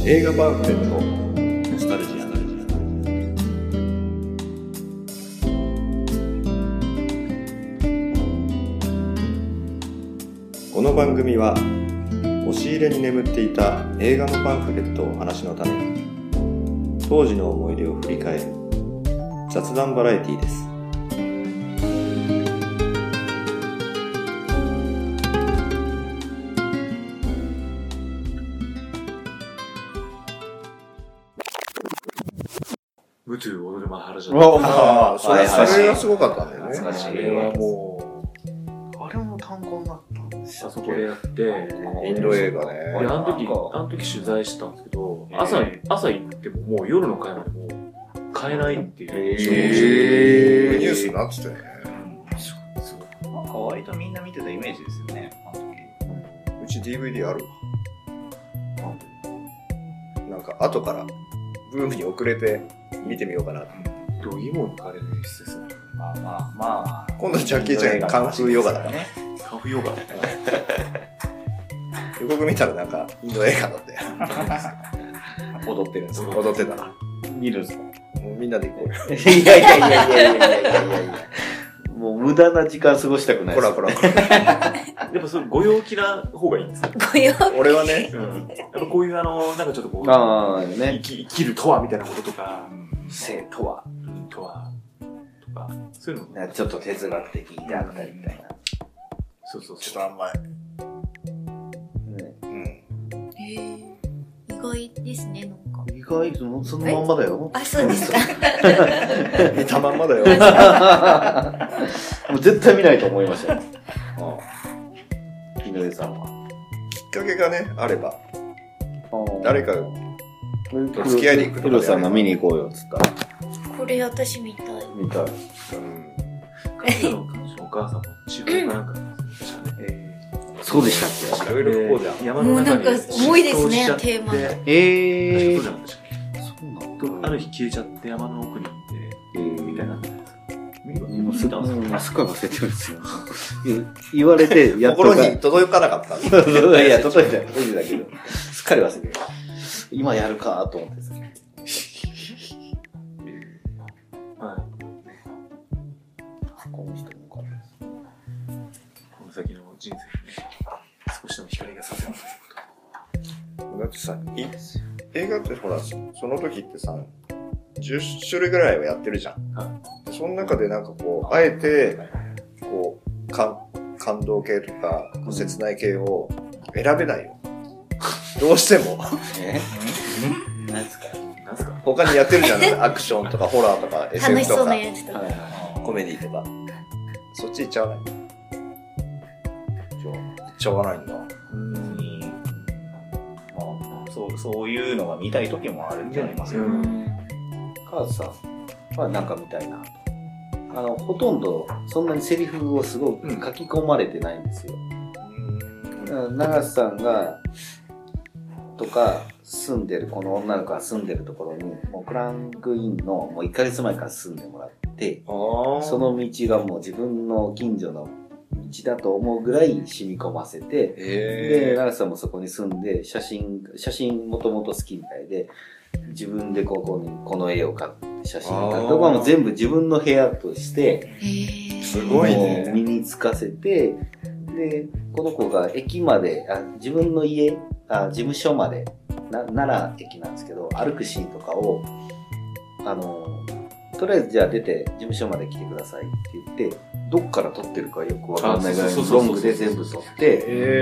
映画パンフレットノスタルジア。この番組は押し入れに眠っていた映画のパンフレットをお話のために当時の思い出を振り返る雑談バラエティです。 ムトゥ踊るマハラジャ。 ああ、それがすごかったんだよね。 懐かしい。あれはもう、あれも単語になったんですよ。 あそこでやって、 インド映画ね。 あの時取材したんですけど、朝行ってももう夜の会までもう買えないっていうニュースになってたよね。 割とみんな見てたイメージですよね、あの時。 うち DVD あるわ。なんか後からブームに遅れて見てみようかな。 どぎも抜かれる演出ですね。 まあ。 今度ジャッキー・チェンカンフーヨガだからね。 カンフーヨガ予告見たらなんかインド映画だって踊ってるんですよ。 踊ってたな。 見るんですか？ もうみんなで行こうよ。 いや。もう無駄な時間過ごしたくないです。 ほら。 やっぱそれご陽気な方がいいんですよ。 ご陽気。 俺はね、 やっぱこういうなんかちょっとこう、 ね、 生きるとはみたいなこととか、 生とは、 とか、そういうのちょっと哲学的であったりみたいな。 そう。 ちょっと甘い。 意外ですね、なんか。 意外、そのまんまだよ。 あ、そうですか。 見たまんまだよ。 もう絶対見ないと思いましたよ。井上さんは。 きっかけがね、あれば、誰かと付き合いに行くとか。 ヒロさんが見に行こうよっつったら。 これ私見たい。 見たい。 彼女のお母さんも地方かなんかそうでしたっけ？ いろいろこうじゃん。 山の中にもうなんか重いですね、テーマが。 そうなんですよ。ある日消えちゃって山の奥に行ってみたいな。 すっかり忘れてるんですよ。言われてやっと心に届かなかった。 いや、届いたけど、すっかり忘れてる。今やるかと思ってさ。この人もかったです。 この先の人生に少しでも光がさせますだってさ、映画ってほら、その時ってさ、10種類ぐらいはやってるじゃん。その中でなんかこう、あえて、こう、感動系とか、切ない系を選べないよ。どうしても。 何すか他にやってるじゃん。アクションとかホラーとか SF とか、コメディとか。そっち行っちゃわない？行っちゃわないんだ。 そういうのが見たい時もあるんじゃないますか。カーズさんはなんか見たいなと。ほとんどそんなにセリフをすごく書き込まれてないんですよ。長瀬さんがとかこの女の子が住んでるところにもうクランクインのもう1ヶ月前から住んでもらって、その道がもう自分の近所の道だと思うぐらい染み込ませて、で長瀬さんもそこに住んで写真もともと好きみたいで、自分でここにこの絵を買って写真買ってとかも全部自分の部屋としてすごいね、 身につかせて、でこの子が駅まで自分の家事務所まで奈良駅なんですけど歩くシーンとかをとりあえずじゃあ出て事務所まで来てくださいって言って、どっから撮ってるかよくわかんないぐらいのロングで全部撮って、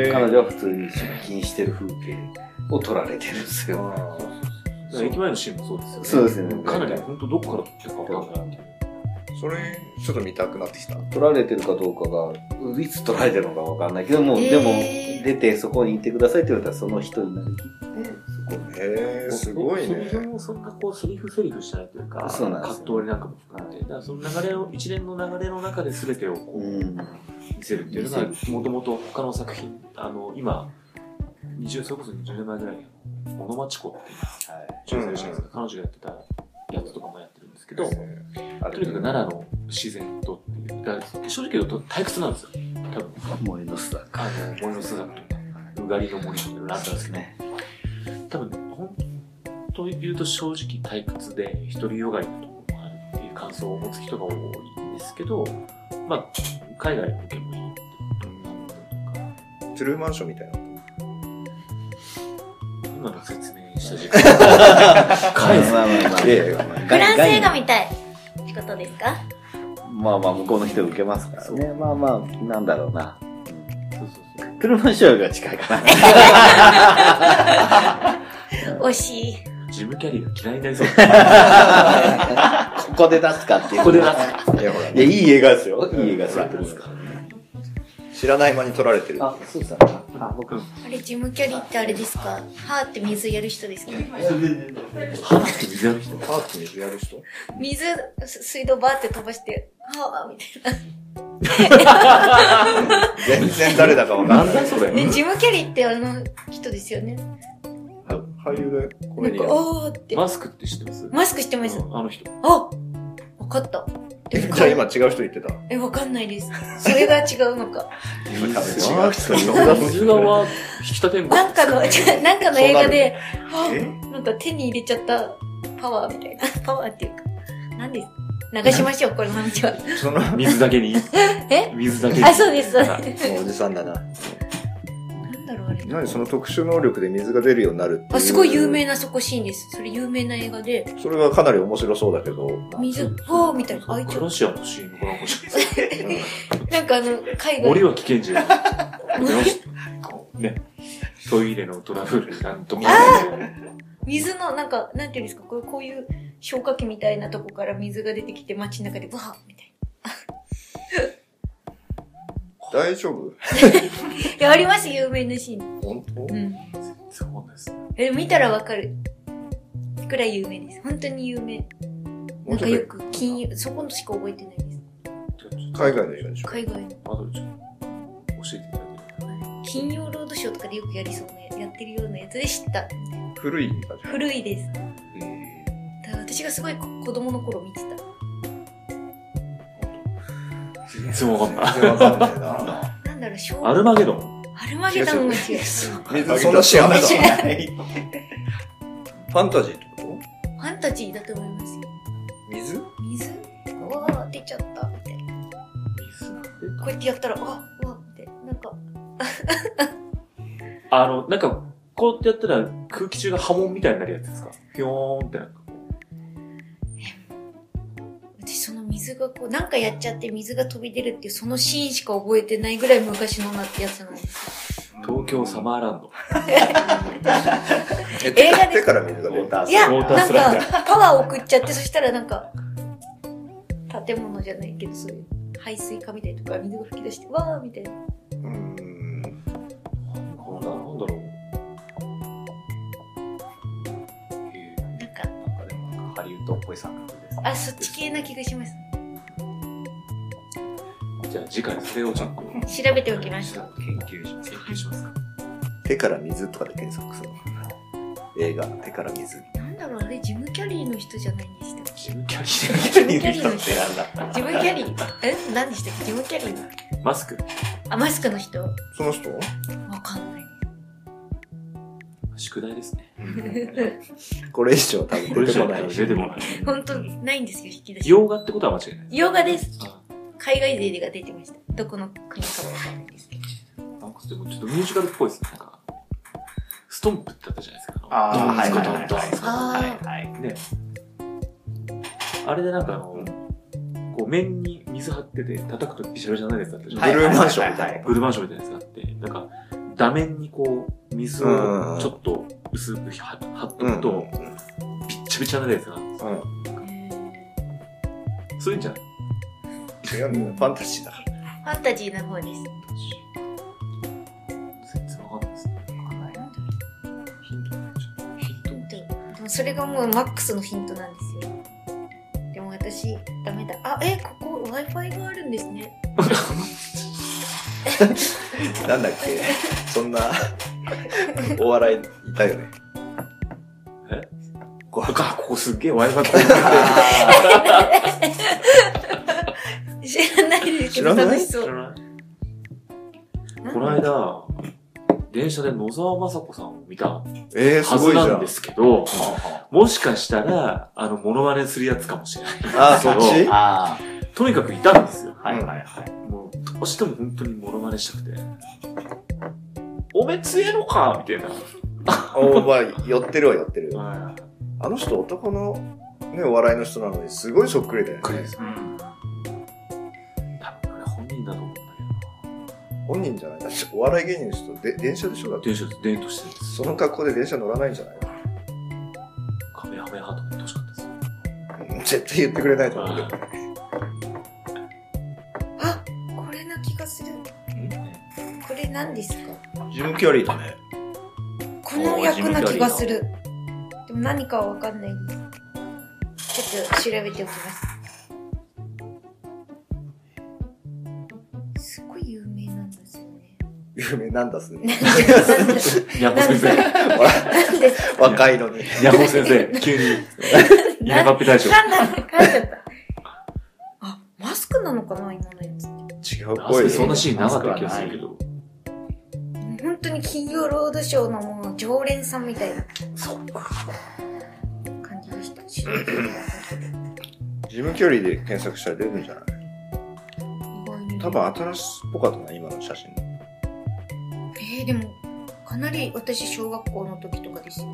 彼女は普通に出勤してる風景を撮られてるんですよ。 駅前のシーンもそうですよね。 そうですね。 かなり本当どこから撮ってるかわかんない。 それちょっと見たくなってきた。 撮られてるかどうかがいつ撮られてるのかわかんないけども、でも出てそこに行ってくださいって言われたらその人になりきってそこに。すごいね。 そもそんなこうセリフしてないというか、葛藤なんかも含めて、だからその流れを一連の流れの中で全てをこう見せるっていうのがもともと他の作品今それこそ20年前ぐらいに小野町子っていう女性じゃないですか、彼女がやってたやつとかもやってるんですけど、とにかく奈良の自然とっていう、だから正直言うと退屈なんですよ。多分萌えの巣だ萌えの巣だとかうがりの森とかいろいろあったんですけど、多分と言うと正直退屈で独りよがりなところもあるっていう感想を持つ人が多いんですけど、まあ、海外の受けもいいってことなんだとか。 トゥルーマンションみたいな。 今の説明した時間。返す。 フランス映画みたいってことですか？ まあまあ、向こうの人受けますからね。まあまあ、なんだろうな。 そうそうそう。 トゥルーマンショーが近いかな。 惜しい。 ジム・キャリーが嫌いになりそう。 ここで出すかっていう。 ここで出すか。 いや、ほら、 いや、いい映画ですよ。いい映画ですよ。 知らない間に撮られてる。 あ、そうですあ、僕。 あれ、ジム・キャリーってあれですか？はーって水やる人ですか？ はぁって水やる人。 パーって水やる人水道バーって飛ばして、はーみたいな。 全然誰だかわかんない。 なんだそれ。 ジム・キャリーってあの人ですよね。 俳優でコなんか、 メディアン。 おーって。 マスクって知ってます？ マスクしてます。 あの人。 あ、わかった。 じゃあ今違う人言ってた。 わかんないです。それが違うのか。 今多分水違う人言ってが水がは引き立てんなんかの映画で、 えなんか手に入れちゃったパワーみたいな。パワーっていうか。何です流しましょう、この話は。 その、 水だけに。 え水だけに。 あ、そうです、そうです。 おじさんだな。 なんだろう、あれ。 何その特殊能力で水が出るようになるっていう。 あ、すごい有名なそこシーンです。それ有名な映画で、 それはかなり面白そうだけど。 水、わーみたいな。開いちゃう。 ロシアの CM かなんかしれない。 なんか海外。 森脇健児が。ね。トイレのトラブルなんとか。 水の、なんか、なんていうんですか、こういう消火器みたいなとこから水が出てきて街の中で、わーみたい大丈夫？ な。いや、あります、有名なシーン。 本当？ うん。 そうです。 見たらわかる。くらい有名です。本当に有名。なんかよく、そこのしか覚えてないです。 海外の映画でしょ？ 海外の。 後でちょっと教えていただけ金曜ロードショーとかでよくやりそうな、やってるようなやつで知った。 古い映画じゃん。 古いです。だから私がすごい子供の頃見てた。 全然わかんない。 全然わかんないな。 なんだろう、 アルマゲドン。 アルマゲドンの違う。 水そんな知らないだろ。ファンタジーってこファンタジーだと思いますよ。 と？水？ 水わー出ちゃったみたいな。 水なんてこうやってやったら、わって、なんか。 なんか、こうやってやったら空気中が波紋みたいになるやつですか？ぴょーんってなんかこ私その水がなんかやっちゃって水が飛び出るっていうそのシーンしか覚えてないぐらい昔のやつなんです。 東京サマーランド。 映画で手から水が出た。 いや、 ウォーターなんスライダか、パワー送っちゃって、そしたらなんか、建物じゃないけど、そういう排水管みたいなとか水が吹き出して、わーみたいな。 なんだろう。 なんか、 なんかでもなんかハリウッドっぽい作品ですね。 あ、そっち系な気がします。 じゃあ次回それをちょっと調べておきました。 研究します。研究しますか。 手から水とかで検索するの。映画、手から水。 なんだろう、あれ、ジム・キャリーの人じゃないんでしたっけ？ ジムキャリジー。 ム・キャリーの人。 なんだ。 ジム・キャリー何でしたっけ？ジム・キャリーの。 マスク。 あ、マスクの人？わその人？ かんない。 宿題ですね。 これ以上多分これじゃ出てこない。 出てこない。 ほんと、ないんですよ、引き出し。 洋画ってことは間違いない。 洋画です。 あ海外勢が出てました。どこの国かはわかんないですけど。 なんかでもちょっとミュージカルっぽいですね。なんか、ストンプってあったじゃないですか。 あードンはいツコドンドンツコあはい。 ね。あれでなんかこう面に水張ってて叩くとビシャビシャになるやつだったじゃないブルーマンションみたいな。 ブルーマンションみたいなやつがあって、なんか、画面にこう、水をちょっと薄く貼っとくと、ビッチャビチャになるやつがあるんですよ。そういうんじゃない？ 違うんだよ。ファンタジーだから。 ファンタジーの方です。 全然わかんないですね。ヒントなんでしょう。ヒントヒント。でもそれがもうマックスのヒントなんですよ。でも私、ダメだ。あ、ここ Wi-Fi があるんですね。 なんだっけそんな、お笑いいたよね。 ここすっげえ Wi-Fi 知らないですけど楽しそう。 この間、 電車で野沢雅子さんを見たはすごいじゃん。 ずなんですけど、もしかしたら、モノマネするやつかもしれない。 あ、そっちとにかくいたんですよ。 はいはいはい。 もう、どうしても本当にモノマネしたくて。おめつえのかみたいな。 まあ、寄ってるは寄ってる。あの人男のね、お笑いの人なのにすごいそっくりだよね。 そっくりです。多分これ本人だと思うんだけど。 本人じゃない。だってお笑い芸人の人で電車でしょだって。 電車でデートしてるんです。 その格好で電車乗らないんじゃない？ カメハメハと言ってほしかったです。 絶対言ってくれないと思うけど。 あ、これな気がする。これ何ですか？ ジム・キャリーだね。 この役な気がする。でも何かはわかんないです。ちょっと調べておきます。すごい有名なんですよね。 有名なんだすね。 ヤホ先生。 若いのに。 ヤホ先生、急に。田舎っぺ大将。 噛んじゃった。あ、マスクなのかな今のやつって。 違うっぽい。 そんなシーンなかった気がするけど。 本当に金曜ロードショーのもう常連さんみたいな感じでした。 ジム・キャリーで検索したら出るんじゃない？多分新しっぽかったな、今の写真。 でもかなり私小学校の時とかですよ。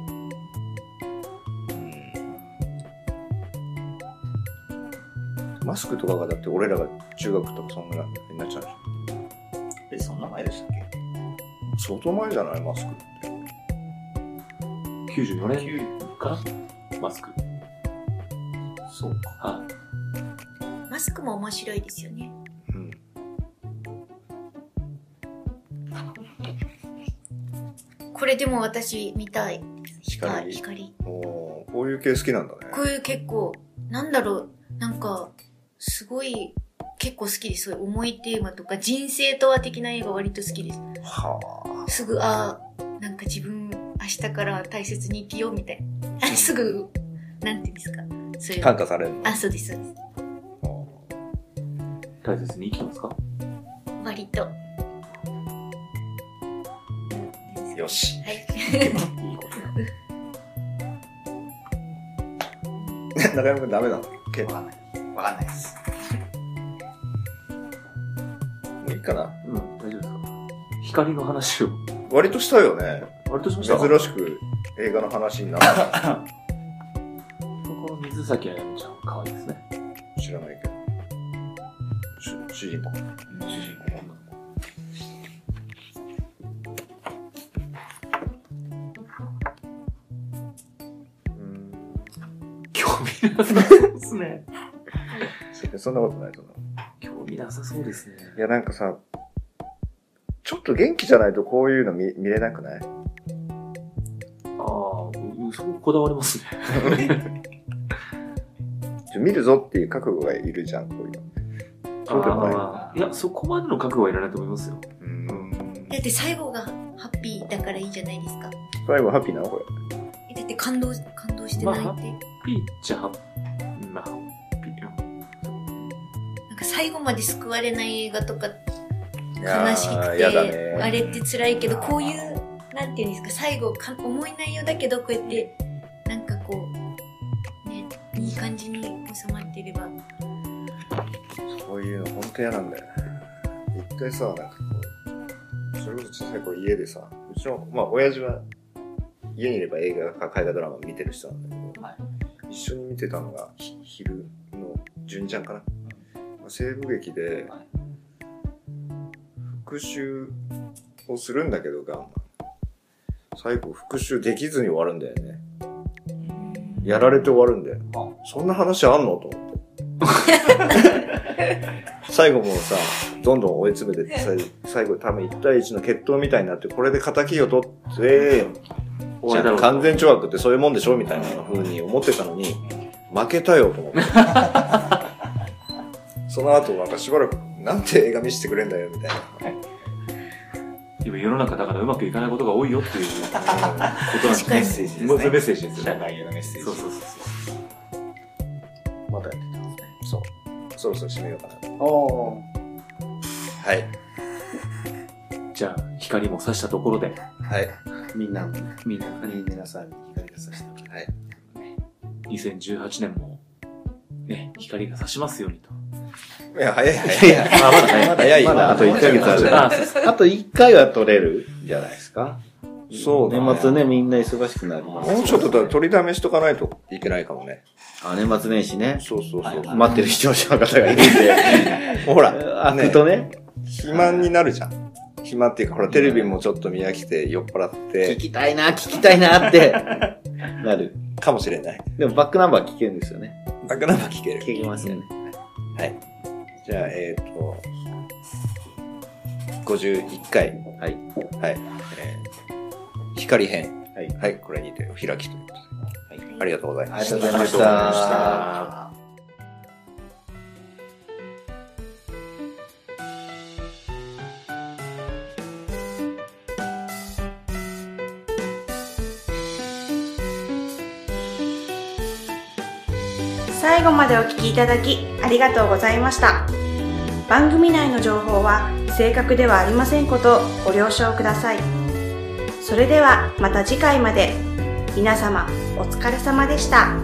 マスクとかがだって俺らが中学とかそんなになっちゃうでしょ。 そんな前でしたっけ？ 相当前じゃないマスクって。 94年かなマスク。 そうか。 はい。 マスクも面白いですよね。 うん。 これでも私見たい。 光。こういう系好きなんだね。 こういう結構なんだろう、なんかすごい結構好きです。そういう重いテーマとか人生とは的な映画割と好きです。 はあ。 すぐなんか自分明日から大切に生きようみたいな。すぐなんていうんですか。そういう感化されるの。 そうですそうです。 大切に生きてますか？ 割と。 よし。 はい。 いいこと中山くんダメなの？ わかんないです。 もういいかな。 うん、大丈夫ですか？光の話を。 割としたよね。 割としました。 珍しく映画の話になった。 この水崎あやみちゃん可愛いですね。 知らないけど。主人公。 女の子。興味なさそうですね。 そんなことないと思う。 興味なさそうですね。 いやなんかさ、ちょっと元気じゃないとこういうの見れなくない？ そここだわりますね。 見るぞっていう覚悟がいるじゃん、こういうの。そうでもない。 いや、そこまでの覚悟はいらないと思いますよ。 だって最後がハッピーだからいいじゃないですか。 最後ハッピーなのこれ。 だって感動してないって。 ハッピーっちゃハッピー。 なんか最後まで救われない映画とか悲しくて、あれって辛いけど、こういうなんていうんですか、最後重い内容だけどこうやってなんかこうね、いい感じに収まってれば。 そういうの本当嫌なんだよね。一回さ、なんかこうそれこそ小さい頃家でさ、うちの親父は家にいれば映画か海外ドラマ見てる人なんだけど、はい、一緒に見てたのが昼の純ちゃんかな、西部劇で復讐をするんだけどガンマン最後復讐できずに終わるんだよね。やられて終わるんだよ。そんな話あんのと思って最後もさどんどん追い詰めて最後多分1対1の決闘みたいになって、これで敵を取って完全懲悪ってそういうもんでしょみたいな風に思ってたのに負けたよと思ってその後なんかしばらくなんて映画見せてくれんだよみたいな今世の中だからうまくいかないことが多いよっていうことなんですね。 メッセージですね。 メッセージですよね。 社会へのメッセージ。 そう。 またやってたんですね。そう。そろそろ締めようかな。 おー。 はい。 じゃあ、 光も差したところで、 はい。みんなの、 皆さんに光が差したところで、はい。 2018年も、ね、光が差しますようにと。 いや、早い。 まだ早い。 早いよ。 まだあと1ヶ月ある。あと1回は取れるんじゃないですか。 そうだね。 年末ね、みんな忙しくなります。 もうちょっと取りだめしとかないといけないかもね。 年末年始ね。 そう。 待ってる視聴者の方がいるんで。 ほら、 開くとね。 暇になるじゃん。暇っていうか、ほら、テレビもちょっと見飽きて酔っ払って。 聞きたいなってなる。 かもしれない。 でもバックナンバー聞けるんですよね。 バックナンバー聞ける。 聞けますよね。 はい。じゃあ、51回。 はい。 はい。光編。 はい。 はい、これにてお開きということで。はい。ありがとうございました。 ありがとうございました。 最後までお聞きいただきありがとうございました。番組内の情報は正確ではありませんことをご了承ください。それではまた次回まで。皆様お疲れ様でした。